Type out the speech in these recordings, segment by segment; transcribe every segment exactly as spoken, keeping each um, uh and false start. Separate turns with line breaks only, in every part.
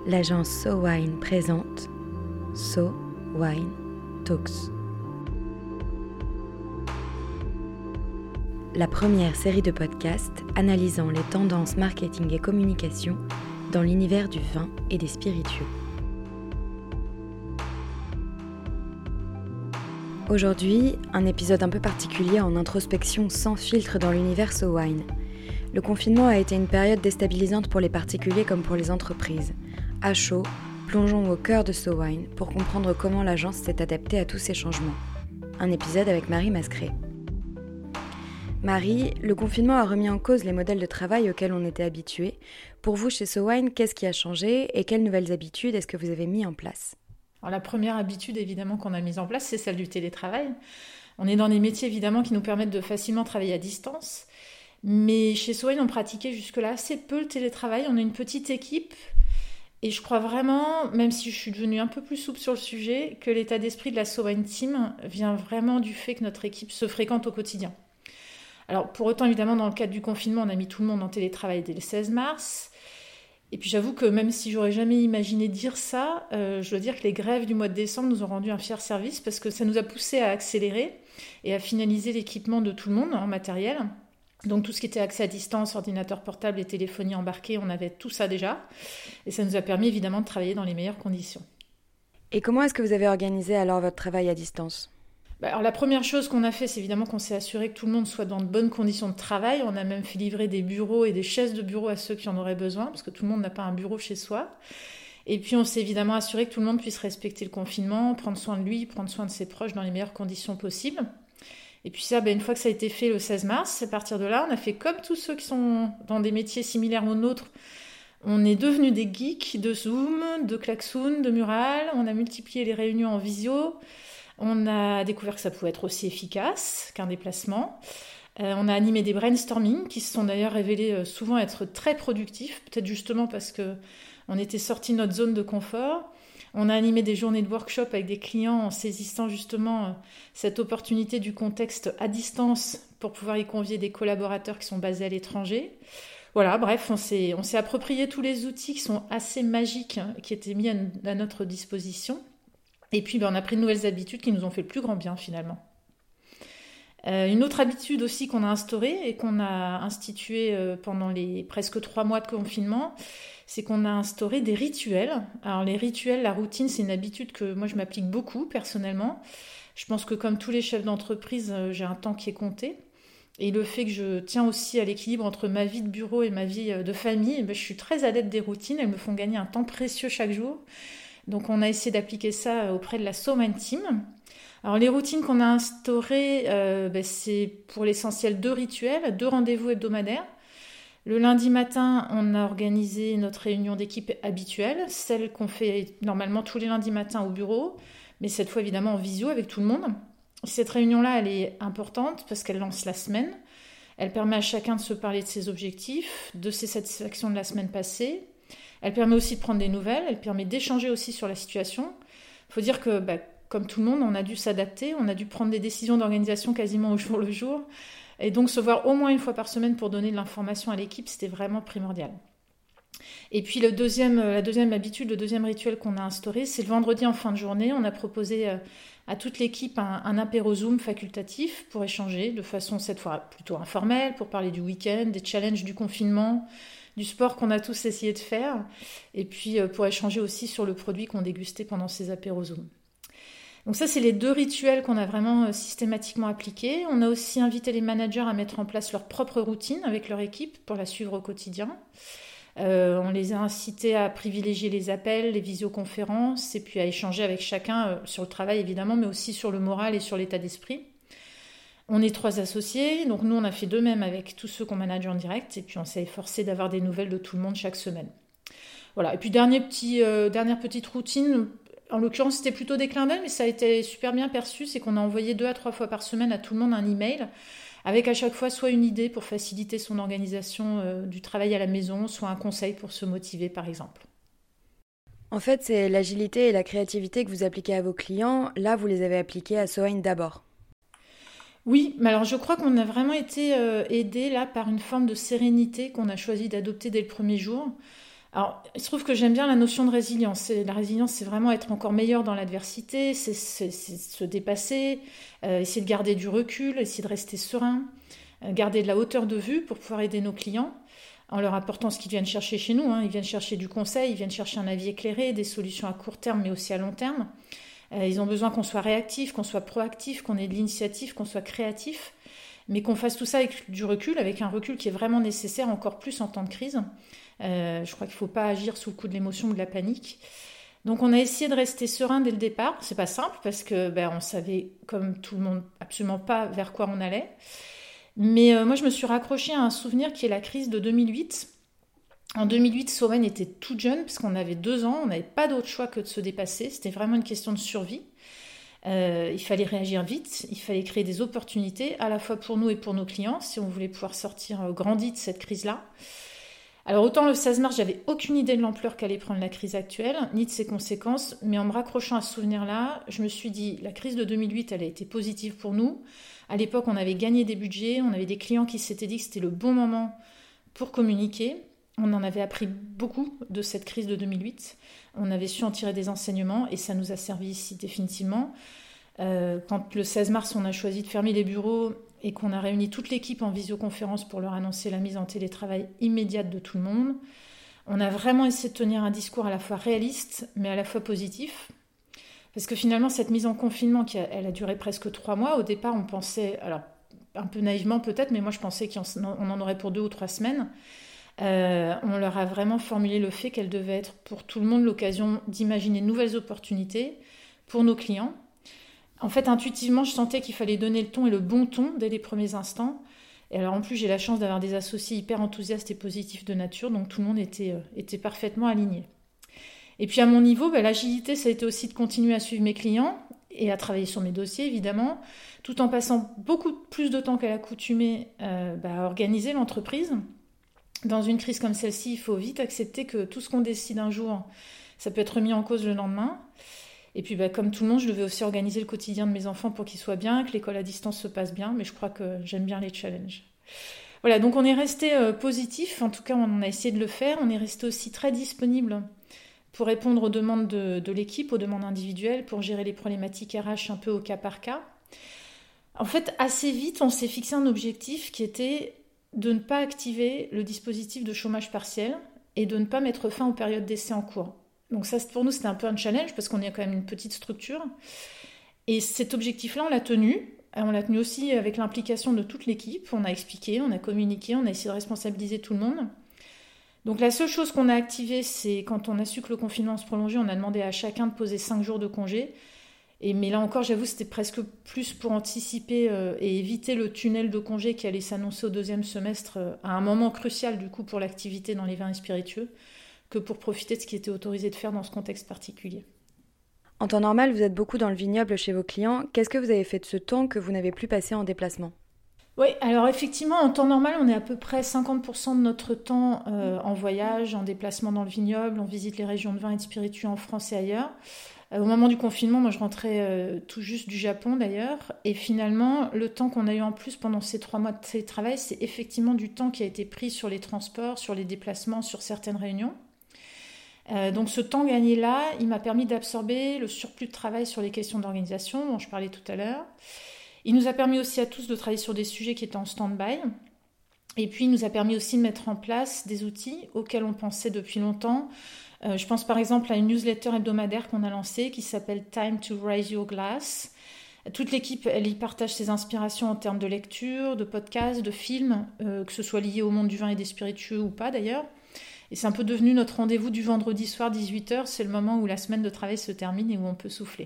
l'agence So Wine présente So Wine Talks. La première série de podcasts analysant les tendances marketing et communication dans l'univers du vin et des spiritueux. Aujourd'hui, un épisode un peu particulier en introspection sans filtre dans l'univers So Wine. Le confinement a été une période déstabilisante pour les particuliers comme pour les entreprises. À chaud, plongeons au cœur de So Wine pour comprendre comment l'agence s'est adaptée à tous ces changements. Un épisode avec Marie Mascret. Marie, le confinement a remis en cause les modèles de travail auxquels on était habitués. Pour vous, chez So Wine, qu'est-ce qui a changé et quelles nouvelles habitudes est-ce que vous avez mis en place ?
Alors, la première habitude, évidemment, qu'on a mise en place, c'est celle du télétravail. On est dans des métiers, évidemment, qui nous permettent de facilement travailler à distance. Mais chez So Wine, on pratiquait jusque-là assez peu le télétravail. On est une petite équipe. Et je crois vraiment, même si je suis devenue un peu plus souple sur le sujet, que l'état d'esprit de la So Wine Team vient vraiment du fait que notre équipe se fréquente au quotidien. Alors, pour autant, évidemment, dans le cadre du confinement, on a mis tout le monde en télétravail dès le seize mars. Et puis j'avoue que même si j'aurais jamais imaginé dire ça, euh, je dois dire que les grèves du mois de décembre nous ont rendu un fier service parce que ça nous a poussé à accélérer et à finaliser l'équipement de tout le monde en matériel. Donc tout ce qui était accès à distance, ordinateur portable et téléphonie embarquée, on avait tout ça déjà. Et ça nous a permis évidemment de travailler dans les meilleures conditions.
Et comment est-ce que vous avez organisé alors votre travail à distance ?
Alors, la première chose qu'on a fait, c'est évidemment qu'on s'est assuré que tout le monde soit dans de bonnes conditions de travail. On a même fait livrer des bureaux et des chaises de bureau à ceux qui en auraient besoin, parce que tout le monde n'a pas un bureau chez soi. Et puis, on s'est évidemment assuré que tout le monde puisse respecter le confinement, prendre soin de lui, prendre soin de ses proches dans les meilleures conditions possibles. Et puis ça, ben, une fois que ça a été fait le seize mars, à partir de là, on a fait comme tous ceux qui sont dans des métiers similaires aux nôtres. On est devenus des geeks de Zoom, de Klaxoon, de Mural. On a multiplié les réunions en visio. On a découvert que ça pouvait être aussi efficace qu'un déplacement. Euh, on a animé des brainstorming qui se sont d'ailleurs révélés souvent être très productifs, peut-être justement parce qu'on était sortis de notre zone de confort. On a animé des journées de workshop avec des clients en saisissant justement cette opportunité du contexte à distance pour pouvoir y convier des collaborateurs qui sont basés à l'étranger. Voilà, bref, on s'est, on s'est approprié tous les outils qui sont assez magiques, hein, qui étaient mis à, à notre disposition. Et puis, ben, on a pris de nouvelles habitudes qui nous ont fait le plus grand bien, finalement. Euh, une autre habitude aussi qu'on a instaurée et qu'on a instituée euh, pendant les presque trois mois de confinement, c'est qu'on a instauré des rituels. Alors, les rituels, la routine, c'est une habitude que moi, je m'applique beaucoup, personnellement. Je pense que comme tous les chefs d'entreprise, euh, j'ai un temps qui est compté. Et le fait que je tiens aussi à l'équilibre entre ma vie de bureau et ma vie de famille, eh ben, je suis très adepte des routines. Elles me font gagner un temps précieux chaque jour. Donc, on a essayé d'appliquer ça auprès de la So Wine Team. Alors, les routines qu'on a instaurées, euh, ben, c'est pour l'essentiel deux rituels, deux rendez-vous hebdomadaires. Le lundi matin, on a organisé notre réunion d'équipe habituelle, celle qu'on fait normalement tous les lundis matins au bureau, mais cette fois évidemment en visio avec tout le monde. Cette réunion-là, elle est importante parce qu'elle lance la semaine. Elle permet à chacun de se parler de ses objectifs, de ses satisfactions de la semaine passée. Elle permet aussi de prendre des nouvelles, elle permet d'échanger aussi sur la situation. Il faut dire que, bah, comme tout le monde, on a dû s'adapter, on a dû prendre des décisions d'organisation quasiment au jour le jour. Et donc, se voir au moins une fois par semaine pour donner de l'information à l'équipe, c'était vraiment primordial. Et puis, le deuxième, la deuxième habitude, le deuxième rituel qu'on a instauré, c'est le vendredi en fin de journée. On a proposé à toute l'équipe un, un apéro Zoom facultatif pour échanger de façon, cette fois, plutôt informelle, pour parler du week-end, des challenges du confinement, du sport qu'on a tous essayé de faire, et puis pour échanger aussi sur le produit qu'on dégustait pendant ces apéros Zoom. Donc ça, c'est les deux rituels qu'on a vraiment systématiquement appliqués. On a aussi invité les managers à mettre en place leur propre routine avec leur équipe pour la suivre au quotidien. Euh, on les a incités à privilégier les appels, les visioconférences, et puis à échanger avec chacun euh, sur le travail évidemment, mais aussi sur le moral et sur l'état d'esprit. On est trois associés, donc nous on a fait de même avec tous ceux qu'on manage en direct, et puis on s'est efforcé d'avoir des nouvelles de tout le monde chaque semaine. Voilà, et puis dernier petit, euh, dernière petite routine, en l'occurrence c'était plutôt des clins d'œil, mais ça a été super bien perçu, c'est qu'on a envoyé deux à trois fois par semaine à tout le monde un email, avec à chaque fois soit une idée pour faciliter son organisation euh, du travail à la maison, soit un conseil pour se motiver par exemple.
En fait, c'est l'agilité et la créativité que vous appliquez à vos clients, là vous les avez appliquées à So Wine d'abord.
Oui, mais alors je crois qu'on a vraiment été euh, aidés là par une forme de sérénité qu'on a choisi d'adopter dès le premier jour. Alors, il se trouve que j'aime bien la notion de résilience. La résilience, c'est vraiment être encore meilleur dans l'adversité, c'est, c'est, c'est se dépasser, euh, essayer de garder du recul, essayer de rester serein, euh, garder de la hauteur de vue pour pouvoir aider nos clients en leur apportant ce qu'ils viennent chercher chez nous. Hein. Ils viennent chercher du conseil, ils viennent chercher un avis éclairé, des solutions à court terme mais aussi à long terme. Euh, ils ont besoin qu'on soit réactif, qu'on soit proactif, qu'on ait de l'initiative, qu'on soit créatif, mais qu'on fasse tout ça avec du recul, avec un recul qui est vraiment nécessaire encore plus en temps de crise. Euh, je crois qu'il ne faut pas agir sous le coup de l'émotion ou de la panique. Donc on a essayé de rester serein dès le départ. C'est pas simple parce que ben, on savait, comme tout le monde, absolument pas vers quoi on allait. Mais euh, moi je me suis raccrochée à un souvenir qui est la crise de deux mille huit. En deux mille huit, Sowen était toute jeune parce qu'on avait deux ans, on n'avait pas d'autre choix que de se dépasser. C'était vraiment une question de survie. Euh, il fallait réagir vite, il fallait créer des opportunités à la fois pour nous et pour nos clients si on voulait pouvoir sortir euh, grandi de cette crise-là. Alors autant le seize mars, j'avais aucune idée de l'ampleur qu'allait prendre la crise actuelle, ni de ses conséquences, mais en me raccrochant à ce souvenir-là, je me suis dit, la crise de deux mille huit, elle a été positive pour nous. À l'époque, on avait gagné des budgets, on avait des clients qui s'étaient dit que c'était le bon moment pour communiquer. On en avait appris beaucoup de cette crise de deux mille huit. On avait su en tirer des enseignements et ça nous a servi ici définitivement. Euh, quand le seize mars, on a choisi de fermer les bureaux et qu'on a réuni toute l'équipe en visioconférence pour leur annoncer la mise en télétravail immédiate de tout le monde, on a vraiment essayé de tenir un discours à la fois réaliste, mais à la fois positif. Parce que finalement, cette mise en confinement, qui a, elle a duré presque trois mois, au départ, on pensait, alors un peu naïvement peut-être, mais moi je pensais qu'on en aurait pour deux ou trois semaines. Euh, on leur a vraiment formulé le fait qu'elle devait être pour tout le monde l'occasion d'imaginer de nouvelles opportunités pour nos clients. En fait, intuitivement, je sentais qu'il fallait donner le ton et le bon ton dès les premiers instants. Et alors, en plus, j'ai la chance d'avoir des associés hyper enthousiastes et positifs de nature, donc tout le monde était, euh, était parfaitement aligné. Et puis, à mon niveau, bah, l'agilité, ça a été aussi de continuer à suivre mes clients et à travailler sur mes dossiers, évidemment, tout en passant beaucoup plus de temps qu'à l'accoutumée euh, bah, à organiser l'entreprise. Dans une crise comme celle-ci, il faut vite accepter que tout ce qu'on décide un jour, ça peut être remis en cause le lendemain. Et puis, bah, comme tout le monde, je devais aussi organiser le quotidien de mes enfants pour qu'ils soient bien, que l'école à distance se passe bien, mais je crois que j'aime bien les challenges. Voilà, donc on est resté euh, positif, en tout cas on a essayé de le faire, on est resté aussi très disponible pour répondre aux demandes de, de l'équipe, aux demandes individuelles, pour gérer les problématiques R H un peu au cas par cas. En fait, assez vite, on s'est fixé un objectif qui était de ne pas activer le dispositif de chômage partiel et de ne pas mettre fin aux périodes d'essai en cours. Donc ça, pour nous, c'était un peu un challenge parce qu'on est quand même une petite structure. Et cet objectif-là, on l'a tenu. On l'a tenu aussi avec l'implication de toute l'équipe. On a expliqué, on a communiqué, on a essayé de responsabiliser tout le monde. Donc la seule chose qu'on a activée, c'est quand on a su que le confinement se prolongeait, on a demandé à chacun de poser cinq jours de congé. Et, mais là encore, j'avoue, c'était presque plus pour anticiper euh, et éviter le tunnel de congé qui allait s'annoncer au deuxième semestre euh, à un moment crucial du coup pour l'activité dans les vins et spiritueux, que pour profiter de ce qui était autorisé de faire dans ce contexte particulier.
En temps normal, vous êtes beaucoup dans le vignoble chez vos clients. Qu'est-ce que vous avez fait de ce temps que vous n'avez plus passé en déplacement ?
Oui, alors effectivement, en temps normal, on est à peu près cinquante pour cent de notre temps euh, en voyage, en déplacement dans le vignoble, on visite les régions de vins et de spiritueux en France et ailleurs. Euh, au moment du confinement, moi je rentrais euh, tout juste du Japon d'ailleurs, et finalement, le temps qu'on a eu en plus pendant ces trois mois de télétravail, c'est effectivement du temps qui a été pris sur les transports, sur les déplacements, sur certaines réunions. Euh, donc ce temps gagné là, il m'a permis d'absorber le surplus de travail sur les questions d'organisation dont je parlais tout à l'heure. Il nous a permis aussi à tous de travailler sur des sujets qui étaient en stand-by. Et puis il nous a permis aussi de mettre en place des outils auxquels on pensait depuis longtemps. Euh, je pense par exemple à une newsletter hebdomadaire qu'on a lancée qui s'appelle Time to Raise Your Glass. Toute l'équipe, elle y partage ses inspirations en termes de lecture, de podcasts, de films, euh, que ce soit lié au monde du vin et des spiritueux ou pas d'ailleurs. Et c'est un peu devenu notre rendez-vous du vendredi soir dix-huit heures. C'est le moment où la semaine de travail se termine et où on peut souffler.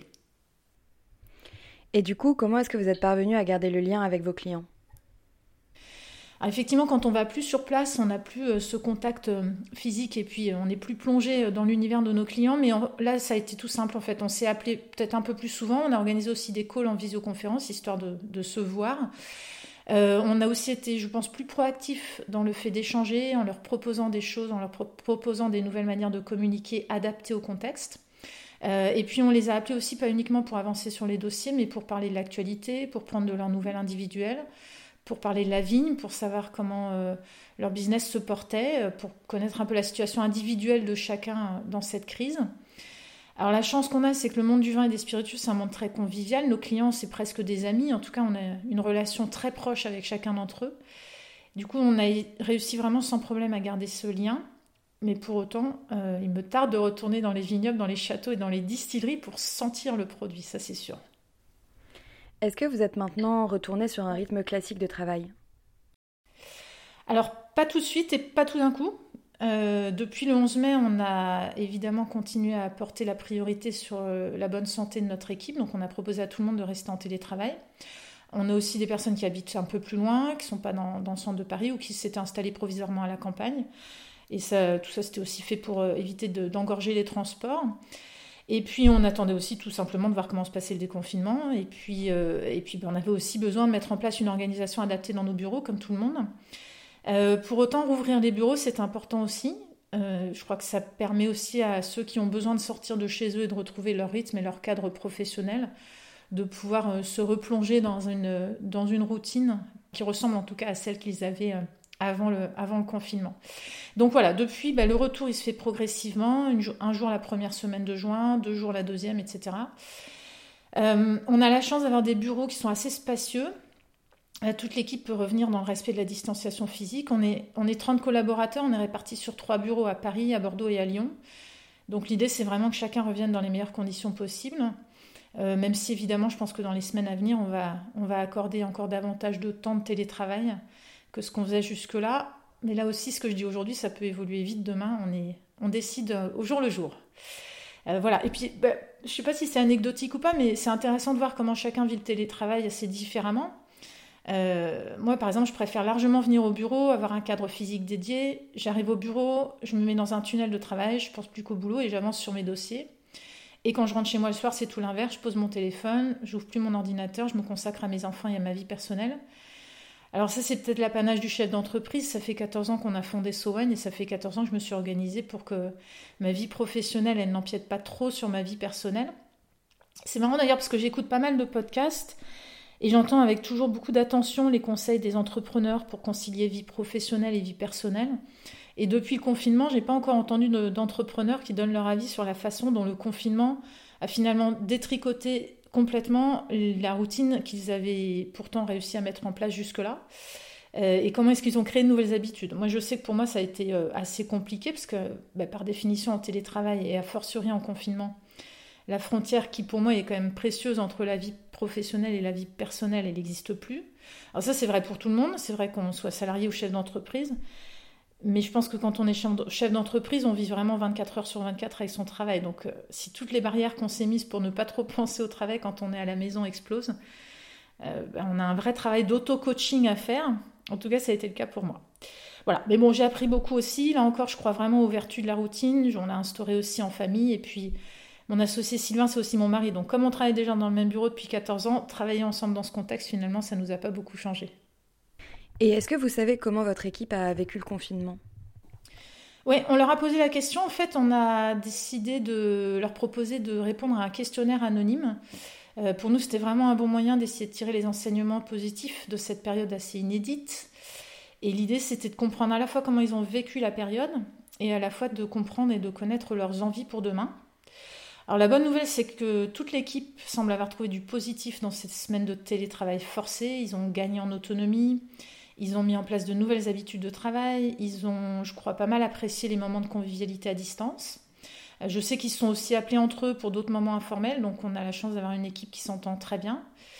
Et du coup, comment est-ce que vous êtes parvenu à garder le lien avec vos clients ?
Alors effectivement, quand on va plus sur place, on n'a plus ce contact physique et puis on n'est plus plongé dans l'univers de nos clients. Mais là, ça a été tout simple en fait. On s'est appelé peut-être un peu plus souvent. On a organisé aussi des calls en visioconférence, histoire de, de se voir. Euh, on a aussi été, je pense, plus proactif dans le fait d'échanger, en leur proposant des choses, en leur pro- proposant des nouvelles manières de communiquer adaptées au contexte. Euh, et puis on les a appelés aussi, pas uniquement pour avancer sur les dossiers, mais pour parler de l'actualité, pour prendre de leurs nouvelles individuelles, pour parler de la vigne, pour savoir comment euh, leur business se portait, pour connaître un peu la situation individuelle de chacun dans cette crise. Alors la chance qu'on a, c'est que le monde du vin et des spiritueux, c'est un monde très convivial. Nos clients, c'est presque des amis. En tout cas, on a une relation très proche avec chacun d'entre eux. Du coup, on a réussi vraiment sans problème à garder ce lien. Mais pour autant, euh, il me tarde de retourner dans les vignobles, dans les châteaux et dans les distilleries pour sentir le produit, ça c'est sûr.
Est-ce que vous êtes maintenant retourné sur un rythme classique de travail ?
Alors, pas tout de suite et pas tout d'un coup. Euh, depuis le onze mai, on a évidemment continué à porter la priorité sur euh, la bonne santé de notre équipe. Donc, on a proposé à tout le monde de rester en télétravail. On a aussi des personnes qui habitent un peu plus loin, qui ne sont pas dans, dans le centre de Paris ou qui s'étaient installées provisoirement à la campagne. Et ça, tout ça, c'était aussi fait pour euh, éviter de, d'engorger les transports. Et puis, on attendait aussi tout simplement de voir comment se passait le déconfinement. Et puis, euh, et puis ben, on avait aussi besoin de mettre en place une organisation adaptée dans nos bureaux, comme tout le monde. Euh, pour autant, rouvrir les bureaux, c'est important aussi. Euh, je crois que ça permet aussi à ceux qui ont besoin de sortir de chez eux et de retrouver leur rythme et leur cadre professionnel, de pouvoir euh, se replonger dans une, dans une routine qui ressemble en tout cas à celle qu'ils avaient euh, avant, le, avant le confinement. Donc voilà, depuis, bah, le retour, il se fait progressivement. Une, un jour la première semaine de juin, deux jours la deuxième, et cetera. Euh, on a la chance d'avoir des bureaux qui sont assez spacieux. Toute l'équipe peut revenir dans le respect de la distanciation physique. On est, on est trente collaborateurs, on est répartis sur trois bureaux à Paris, à Bordeaux et à Lyon. Donc l'idée, c'est vraiment que chacun revienne dans les meilleures conditions possibles. Euh, même si évidemment, je pense que dans les semaines à venir, on va, on va accorder encore davantage de temps de télétravail que ce qu'on faisait jusque-là. Mais là aussi, ce que je dis aujourd'hui, ça peut évoluer vite demain. On, est, on décide au jour le jour. Euh, voilà. Et puis, bah, je ne sais pas si c'est anecdotique ou pas, mais c'est intéressant de voir comment chacun vit le télétravail assez différemment. Euh, moi, par exemple, je préfère largement venir au bureau, avoir un cadre physique dédié. J'arrive au bureau, je me mets dans un tunnel de travail, je pense plus qu'au boulot et j'avance sur mes dossiers. Et quand je rentre chez moi le soir, c'est tout l'inverse. Je pose mon téléphone, j'ouvre plus mon ordinateur, je me consacre à mes enfants et à ma vie personnelle. Alors ça, c'est peut-être l'apanage du chef d'entreprise. Ça fait quatorze ans qu'on a fondé SoWine et ça fait quatorze ans que je me suis organisée pour que ma vie professionnelle, elle n'empiète pas trop sur ma vie personnelle. C'est marrant d'ailleurs parce que j'écoute pas mal de podcasts et j'entends avec toujours beaucoup d'attention les conseils des entrepreneurs pour concilier vie professionnelle et vie personnelle. Et depuis le confinement, je n'ai pas encore entendu de, d'entrepreneurs qui donnent leur avis sur la façon dont le confinement a finalement détricoté complètement la routine qu'ils avaient pourtant réussi à mettre en place jusque-là. Euh, et comment est-ce qu'ils ont créé de nouvelles habitudes. Moi, je sais que pour moi, ça a été euh, assez compliqué parce que, bah, par définition, en télétravail et a fortiori en confinement, la frontière qui, pour moi, est quand même précieuse entre la vie professionnelle et la vie personnelle, elle n'existe plus. Alors ça, c'est vrai pour tout le monde. C'est vrai qu'on soit salarié ou chef d'entreprise. Mais je pense que quand on est chef d'entreprise, on vit vraiment vingt-quatre heures sur vingt-quatre avec son travail. Donc, euh, si toutes les barrières qu'on s'est mises pour ne pas trop penser au travail quand on est à la maison explosent, euh, ben, on a un vrai travail d'auto-coaching à faire. En tout cas, ça a été le cas pour moi. Voilà. Mais bon, j'ai appris beaucoup aussi. Là encore, je crois vraiment aux vertus de la routine. On l'a instauré aussi en famille. Et puis, mon associé Sylvain, c'est aussi mon mari. Donc, comme on travaille déjà dans le même bureau depuis quatorze ans, travailler ensemble dans ce contexte, finalement, ça ne nous a pas beaucoup changé.
Et est-ce que vous savez comment votre équipe a vécu le confinement ?
Oui, on leur a posé la question. En fait, on a décidé de leur proposer de répondre à un questionnaire anonyme. Euh, pour nous, c'était vraiment un bon moyen d'essayer de tirer les enseignements positifs de cette période assez inédite. Et l'idée, c'était de comprendre à la fois comment ils ont vécu la période et à la fois de comprendre et de connaître leurs envies pour demain. Alors la bonne nouvelle, c'est que toute l'équipe semble avoir trouvé du positif dans cette semaine de télétravail forcé. Ils ont gagné en autonomie. Ils ont mis en place de nouvelles habitudes de travail. Ils ont, je crois, pas mal apprécié les moments de convivialité à distance. Je sais qu'ils sont aussi appelés entre eux pour d'autres moments informels, donc on a la chance d'avoir une équipe qui s'entend très bien.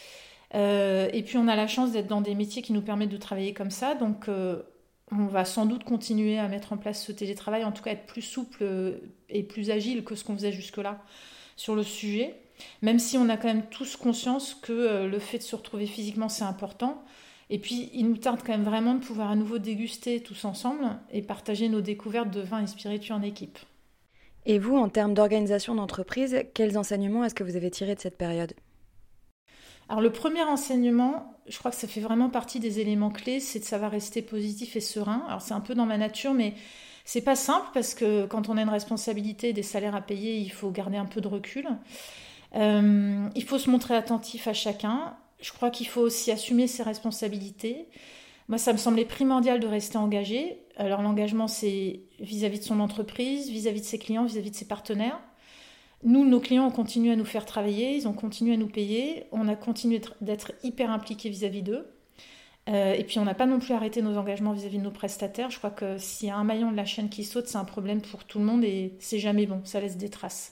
Euh, et puis on a la chance d'être dans des métiers qui nous permettent de travailler comme ça, donc euh, on va sans doute continuer à mettre en place ce télétravail, en tout cas être plus souple et plus agile que ce qu'on faisait jusque-là sur le sujet, même si on a quand même tous conscience que euh, le fait de se retrouver physiquement, c'est important. Et puis, il nous tarde quand même vraiment de pouvoir à nouveau déguster tous ensemble et partager nos découvertes de vins et spiritueux en équipe.
Et vous, en termes d'organisation d'entreprise, quels enseignements est-ce que vous avez tirés de cette période ?
Alors, le premier enseignement, je crois que ça fait vraiment partie des éléments clés, c'est de savoir rester positif et serein. Alors, c'est un peu dans ma nature, mais c'est pas simple parce que quand on a une responsabilité, des salaires à payer, il faut garder un peu de recul. Euh, il faut se montrer attentif à chacun. Je crois qu'il faut aussi assumer ses responsabilités. Moi, ça me semblait primordial de rester engagé. Alors l'engagement, c'est vis-à-vis de son entreprise, vis-à-vis de ses clients, vis-à-vis de ses partenaires. Nous, nos clients ont continué à nous faire travailler, ils ont continué à nous payer, on a continué d'être hyper impliqués vis-à-vis d'eux. Euh, et puis on n'a pas non plus arrêté nos engagements vis-à-vis de nos prestataires. Je crois que s'il y a un maillon de la chaîne qui saute, c'est un problème pour tout le monde et c'est jamais bon, ça laisse des traces.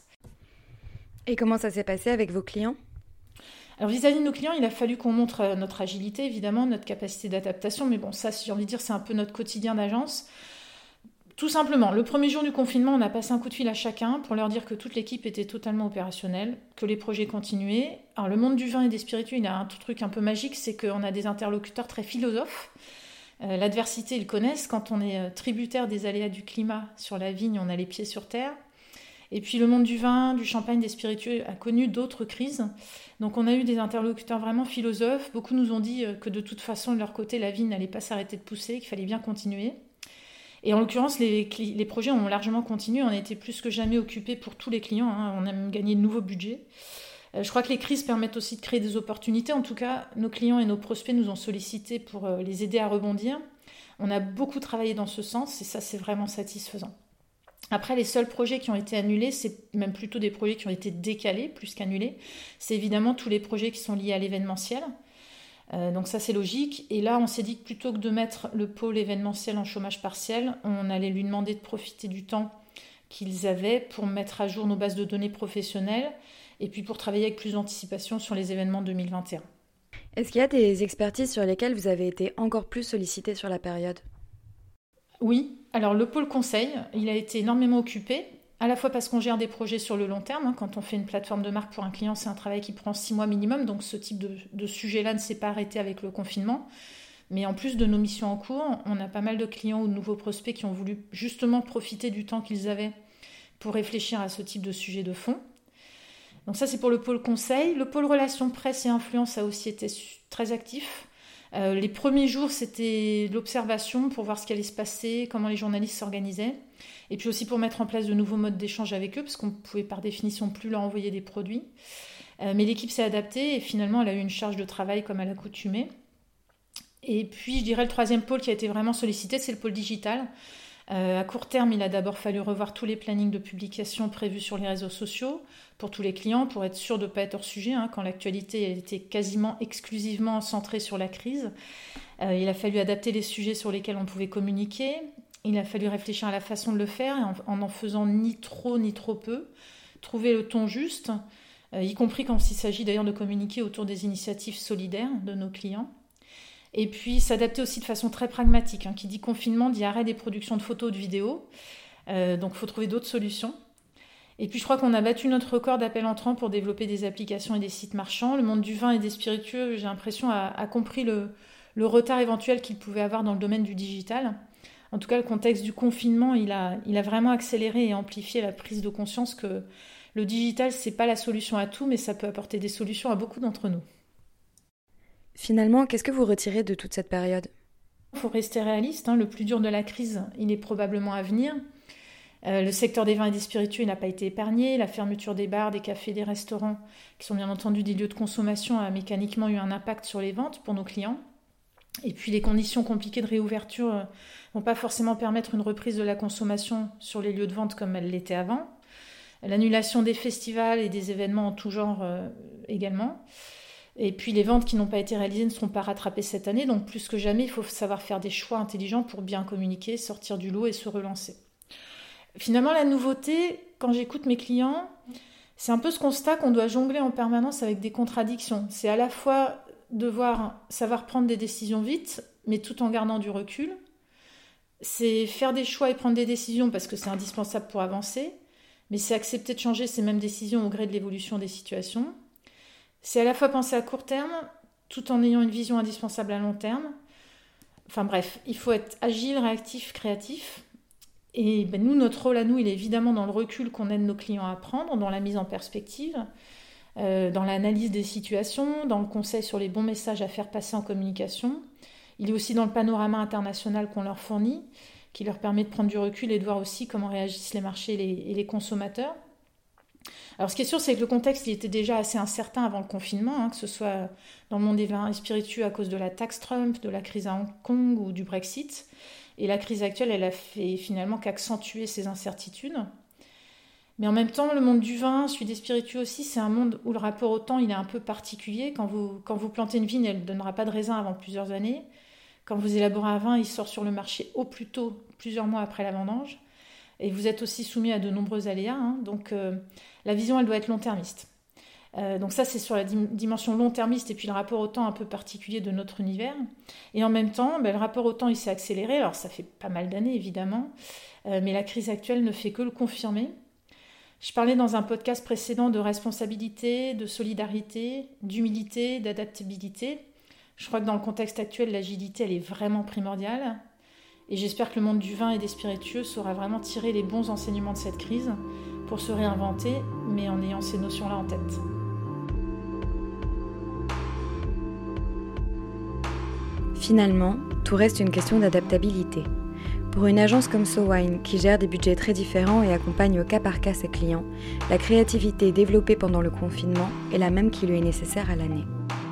Et comment ça s'est passé avec vos clients ?
Alors vis-à-vis de nos clients, il a fallu qu'on montre notre agilité, évidemment, notre capacité d'adaptation, mais bon, ça, si j'ai envie de dire, c'est un peu notre quotidien d'agence. Tout simplement, le premier jour du confinement, on a passé un coup de fil à chacun pour leur dire que toute l'équipe était totalement opérationnelle, que les projets continuaient. Alors le monde du vin et des spiritueux, il a un truc un peu magique, c'est qu'on a des interlocuteurs très philosophes. Euh, l'adversité, ils connaissent. Quand on est tributaire des aléas du climat sur la vigne, on a les pieds sur terre. Et puis le monde du vin, du champagne, des spiritueux a connu d'autres crises. Donc on a eu des interlocuteurs vraiment philosophes. Beaucoup nous ont dit que de toute façon, de leur côté, la vigne n'allait pas s'arrêter de pousser, qu'il fallait bien continuer. Et en l'occurrence, les, les projets ont largement continué. On a été plus que jamais occupés pour tous les clients. Hein. On a même gagné de nouveaux budgets. Euh, je crois que les crises permettent aussi de créer des opportunités. En tout cas, nos clients et nos prospects nous ont sollicités pour euh, les aider à rebondir. On a beaucoup travaillé dans ce sens et ça, c'est vraiment satisfaisant. Après, les seuls projets qui ont été annulés, c'est même plutôt des projets qui ont été décalés plus qu'annulés. C'est évidemment tous les projets qui sont liés à l'événementiel. Euh, donc ça, c'est logique. Et là, on s'est dit que plutôt que de mettre le pôle événementiel en chômage partiel, on allait lui demander de profiter du temps qu'ils avaient pour mettre à jour nos bases de données professionnelles et puis pour travailler avec plus d'anticipation sur les événements deux mille vingt et un.
Est-ce qu'il y a des expertises sur lesquelles vous avez été encore plus sollicité sur la période ?
Oui, alors le pôle conseil, il a été énormément occupé, à la fois parce qu'on gère des projets sur le long terme. Hein, quand on fait une plateforme de marque pour un client, c'est un travail qui prend six mois minimum, donc ce type de, de sujet-là ne s'est pas arrêté avec le confinement. Mais en plus de nos missions en cours, on a pas mal de clients ou de nouveaux prospects qui ont voulu justement profiter du temps qu'ils avaient pour réfléchir à ce type de sujet de fond. Donc ça, c'est pour le pôle conseil. Le pôle relations presse et influence a aussi été très actif. Euh, les premiers jours, c'était l'observation pour voir ce qui allait se passer, comment les journalistes s'organisaient, et puis aussi pour mettre en place de nouveaux modes d'échange avec eux, parce qu'on ne pouvait par définition plus leur envoyer des produits. Euh, mais l'équipe s'est adaptée et finalement, elle a eu une charge de travail comme à l'accoutumée. Et puis, je dirais, le troisième pôle qui a été vraiment sollicité, c'est le pôle digital. Euh, à court terme, il a d'abord fallu revoir tous les plannings de publication prévus sur les réseaux sociaux pour tous les clients, pour être sûr de ne pas être hors sujet, hein, quand l'actualité était quasiment exclusivement centrée sur la crise. Euh, il a fallu adapter les sujets sur lesquels on pouvait communiquer. Il a fallu réfléchir à la façon de le faire, en n'en faisant ni trop ni trop peu, trouver le ton juste, euh, y compris quand il s'agit d'ailleurs de communiquer autour des initiatives solidaires de nos clients. Et puis s'adapter aussi de façon très pragmatique. Hein. Qui dit confinement dit arrêt des productions de photos, de vidéos. Euh, donc il faut trouver d'autres solutions. Et puis je crois qu'on a battu notre record d'appels entrants pour développer des applications et des sites marchands. Le monde du vin et des spiritueux, j'ai l'impression, a, a compris le, le retard éventuel qu'il pouvait avoir dans le domaine du digital. En tout cas, le contexte du confinement, il a, il a vraiment accéléré et amplifié la prise de conscience que le digital, c'est pas la solution à tout, mais ça peut apporter des solutions à beaucoup d'entre nous.
Finalement, qu'est-ce que vous retirez de toute cette période ?
Il faut rester réaliste, hein. Le plus dur de la crise, il est probablement à venir. Euh, le secteur des vins et des spiritueux n'a pas été épargné. La fermeture des bars, des cafés, des restaurants, qui sont bien entendu des lieux de consommation, a mécaniquement eu un impact sur les ventes pour nos clients. Et puis les conditions compliquées de réouverture ne euh, vont pas forcément permettre une reprise de la consommation sur les lieux de vente comme elle l'était avant. L'annulation des festivals et des événements en tout genre euh, également. Et puis les ventes qui n'ont pas été réalisées ne seront pas rattrapées cette année, donc plus que jamais, il faut savoir faire des choix intelligents pour bien communiquer, sortir du lot et se relancer. Finalement, la nouveauté, quand j'écoute mes clients, c'est un peu ce constat qu'on doit jongler en permanence avec des contradictions. C'est à la fois devoir savoir prendre des décisions vite, mais tout en gardant du recul. C'est faire des choix et prendre des décisions parce que c'est indispensable pour avancer, mais c'est accepter de changer ces mêmes décisions au gré de l'évolution des situations. C'est à la fois penser à court terme, tout en ayant une vision indispensable à long terme. Enfin bref, il faut être agile, réactif, créatif. Et ben nous, notre rôle à nous, il est évidemment dans le recul qu'on aide nos clients à prendre, dans la mise en perspective, euh, dans l'analyse des situations, dans le conseil sur les bons messages à faire passer en communication. Il est aussi dans le panorama international qu'on leur fournit, qui leur permet de prendre du recul et de voir aussi comment réagissent les marchés et les, et les consommateurs. Alors ce qui est sûr, c'est que le contexte il était déjà assez incertain avant le confinement, hein, que ce soit dans le monde des vins et spiritueux à cause de la taxe Trump, de la crise à Hong Kong ou du Brexit. Et la crise actuelle, elle a fait finalement qu'accentuer ces incertitudes. Mais en même temps, le monde du vin, celui des spiritueux aussi, c'est un monde où le rapport au temps il est un peu particulier. Quand vous, quand vous plantez une vigne, elle ne donnera pas de raisin avant plusieurs années. Quand vous élaborez un vin, il sort sur le marché au plus tôt, plusieurs mois après la vendange. Et vous êtes aussi soumis à de nombreux aléas. Hein, donc euh, la vision, elle doit être long-termiste. Euh, donc ça, c'est sur la dim- dimension long-termiste et puis le rapport au temps un peu particulier de notre univers. Et en même temps, ben, le rapport au temps, il s'est accéléré. Alors ça fait pas mal d'années, évidemment. Euh, mais la crise actuelle ne fait que le confirmer. Je parlais dans un podcast précédent de responsabilité, de solidarité, d'humilité, d'adaptabilité. Je crois que dans le contexte actuel, l'agilité, elle est vraiment primordiale. Et j'espère que le monde du vin et des spiritueux saura vraiment tirer les bons enseignements de cette crise pour se réinventer, mais en ayant ces notions-là en tête.
Finalement, tout reste une question d'adaptabilité. Pour une agence comme SoWine, qui gère des budgets très différents et accompagne au cas par cas ses clients, la créativité développée pendant le confinement est la même qui lui est nécessaire à l'année.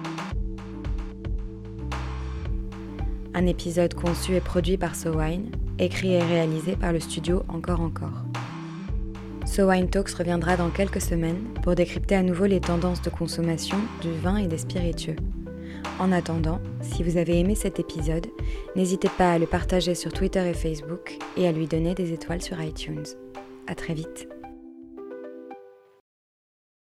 Un épisode conçu et produit par SoWine, écrit et réalisé par le studio Encore Encore. SoWine Talks reviendra dans quelques semaines pour décrypter à nouveau les tendances de consommation du vin et des spiritueux. En attendant, si vous avez aimé cet épisode, n'hésitez pas à le partager sur Twitter et Facebook et à lui donner des étoiles sur iTunes. À très vite.